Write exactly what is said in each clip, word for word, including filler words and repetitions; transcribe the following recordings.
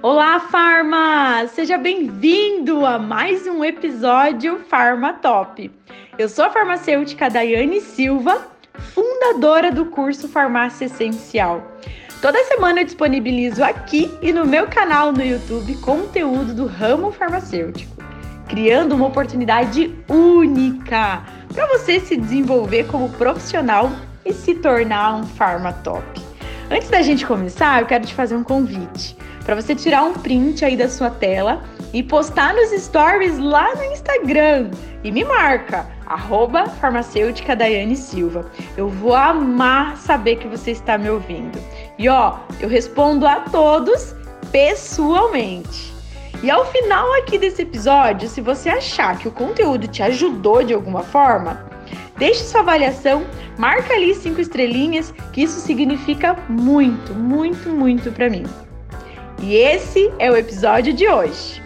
Olá, Farma! Seja bem-vindo a mais um episódio Farma Top. Eu sou a farmacêutica Daiane Silva, fundadora do curso Farmácia Essencial. Toda semana eu disponibilizo aqui e no meu canal no YouTube conteúdo do ramo farmacêutico, criando uma oportunidade única para você se desenvolver como profissional e se tornar um Farma Top. Antes da gente começar, eu quero te fazer um convite para você tirar um print aí da sua tela e postar nos stories lá no Instagram. E me marca, arroba farmacêutica Daiane Silva. Eu vou amar saber que você está me ouvindo. E ó, eu respondo a todos pessoalmente. E ao final aqui desse episódio, se você achar que o conteúdo te ajudou de alguma forma, deixe sua avaliação, marca ali cinco estrelinhas, que isso significa muito, muito, muito para mim. E esse é o episódio de hoje.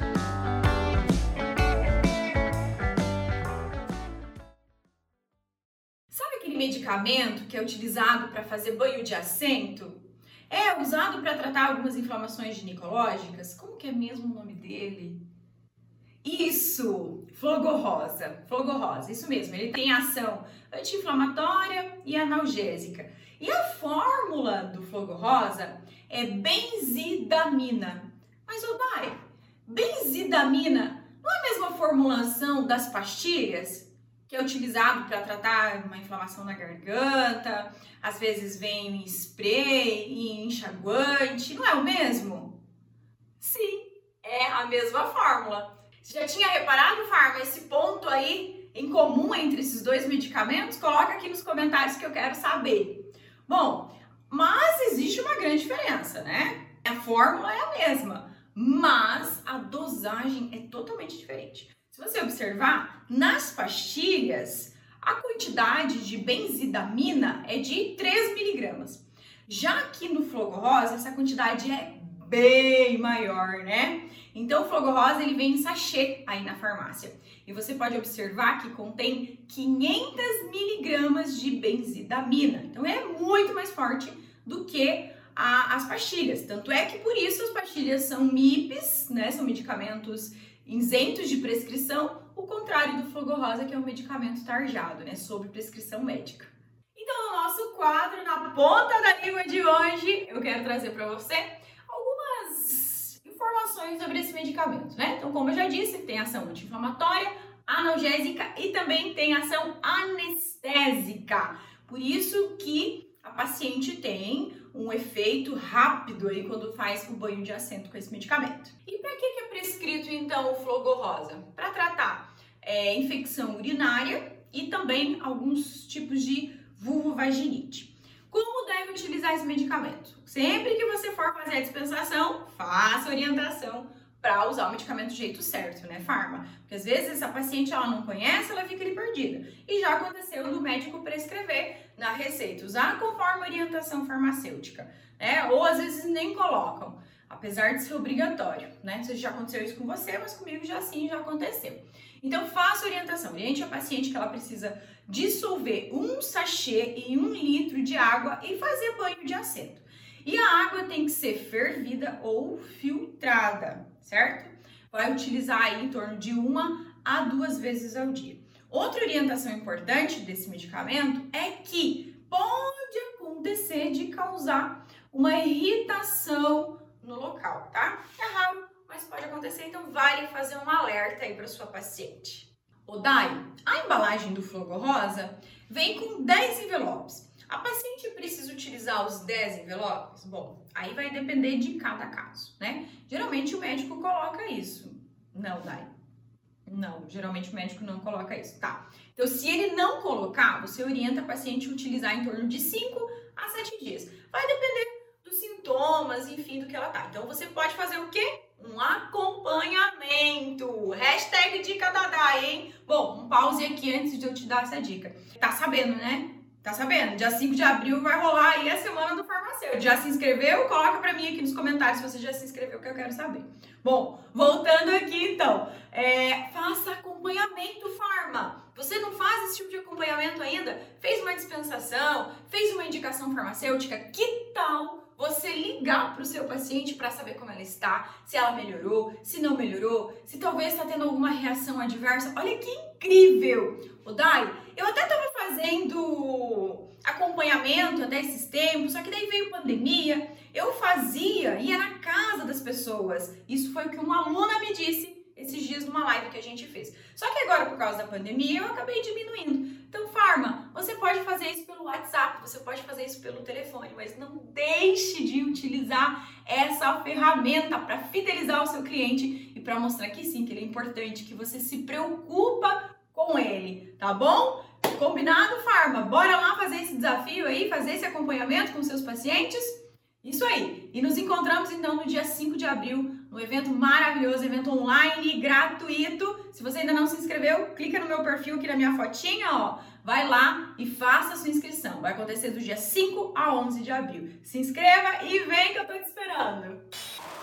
Sabe aquele medicamento que é utilizado para fazer banho de assento? É usado para tratar algumas inflamações ginecológicas? Como que é mesmo o nome dele? Isso! Flogorosa. Flogorosa, isso mesmo. Ele tem ação anti-inflamatória e analgésica. E a fórmula do Flogorosa é benzidamina. Mas, Odai, benzidamina não é a mesma formulação das pastilhas? Que é utilizado para tratar uma inflamação na garganta, às vezes vem em spray, em enxaguante, não é o mesmo? Sim, é a mesma fórmula. Você já tinha reparado, Farma, esse ponto aí em comum entre esses dois medicamentos? Coloca aqui nos comentários que eu quero saber. Bom, mas existe uma grande diferença, né? A fórmula é a mesma, mas a dosagem é totalmente diferente. Se você observar, nas pastilhas, a quantidade de benzidamina é de três miligramas. Já aqui no Flogorosa, essa quantidade é bem maior, né? Então, o Flogorosa, ele vem em sachê aí na farmácia. E você pode observar que contém quinhentas miligramas de benzidamina. Então, é muito mais forte do que a, as pastilhas. Tanto é que, por isso, as pastilhas são M I Ps, né? São medicamentos isentos de prescrição, o contrário do Flogorosa, que é um medicamento tarjado, né? Sob prescrição médica. Então, no nosso quadro, na ponta da língua de hoje, eu quero trazer para você algumas informações sobre esse medicamento, né? Então, como eu já disse, tem ação anti-inflamatória, analgésica e também tem ação anestésica. Por isso que a paciente tem um efeito rápido aí quando faz o banho de assento com esse medicamento. E para que que é prescrito então o Flogorosa? Para tratar é, infecção urinária e também alguns tipos de vulvovaginite. Como deve utilizar esse medicamento? Sempre que você for fazer a dispensação, faça orientação para usar o medicamento do jeito certo, né, Farma? Porque às vezes essa paciente ela não conhece, ela fica ali perdida. E já aconteceu do médico prescrever na receita, usar conforme orientação farmacêutica, né? Ou às vezes nem colocam, apesar de ser obrigatório, né? Não sei se já aconteceu isso com você, mas comigo já sim, já aconteceu. Então faça orientação, oriente a paciente que ela precisa dissolver um sachê em um litro de água e fazer banho de assento. E a água tem que ser fervida ou filtrada, certo? Vai utilizar aí em torno de uma a duas vezes ao dia. Outra orientação importante desse medicamento é que pode acontecer de causar uma irritação no local, tá? É raro, mas pode acontecer, então vale fazer um alerta aí para sua paciente. Odai, a embalagem do Flogorosa vem com dez envelopes. A paciente precisa utilizar os dez envelopes? Bom, aí vai depender de cada caso, né? Geralmente o médico coloca isso. Não, Dai. Não, geralmente o médico não coloca isso, tá? Então, se ele não colocar, você orienta a paciente a utilizar em torno de cinco a sete dias. Vai depender dos sintomas, enfim, do que ela tá. Então, você pode fazer o quê? Um acompanhamento. Hashtag dica da Dai, hein? Bom, um pause aqui antes de eu te dar essa dica. Tá sabendo, né? Tá sabendo? Dia cinco de abril vai rolar aí a semana do farmacêutico. Já se inscreveu? Coloca pra mim aqui nos comentários se você já se inscreveu, que eu quero saber. Bom, voltando aqui então. É, faça acompanhamento, Farma. Você não faz esse tipo de acompanhamento ainda? Fez uma dispensação? Fez uma indicação farmacêutica? Que tal você ligar para o seu paciente para saber como ela está, se ela melhorou, se não melhorou, se talvez está tendo alguma reação adversa. Olha que incrível! O Dai, eu até estava fazendo acompanhamento até esses tempos, só que daí veio pandemia, eu fazia, ia na casa das pessoas. Isso foi o que uma aluna me disse esses dias numa live que a gente fez. Só que agora, por causa da pandemia, eu acabei diminuindo. Então, Farma, você pode fazer isso pelo WhatsApp, você pode fazer isso pelo telefone, mas não deixe de utilizar essa ferramenta para fidelizar o seu cliente e para mostrar que sim, que ele é importante, que você se preocupa com ele, tá bom? Combinado, Farma? Bora lá fazer esse desafio aí, fazer esse acompanhamento com seus pacientes? Isso aí! E nos encontramos então no dia cinco de abril, no evento maravilhoso, evento online, gratuito. Se você ainda não se inscreveu, clica no meu perfil aqui na minha fotinha, ó. Vai lá e faça a sua inscrição. Vai acontecer do dia cinco a onze de abril. Se inscreva e vem que eu tô te esperando!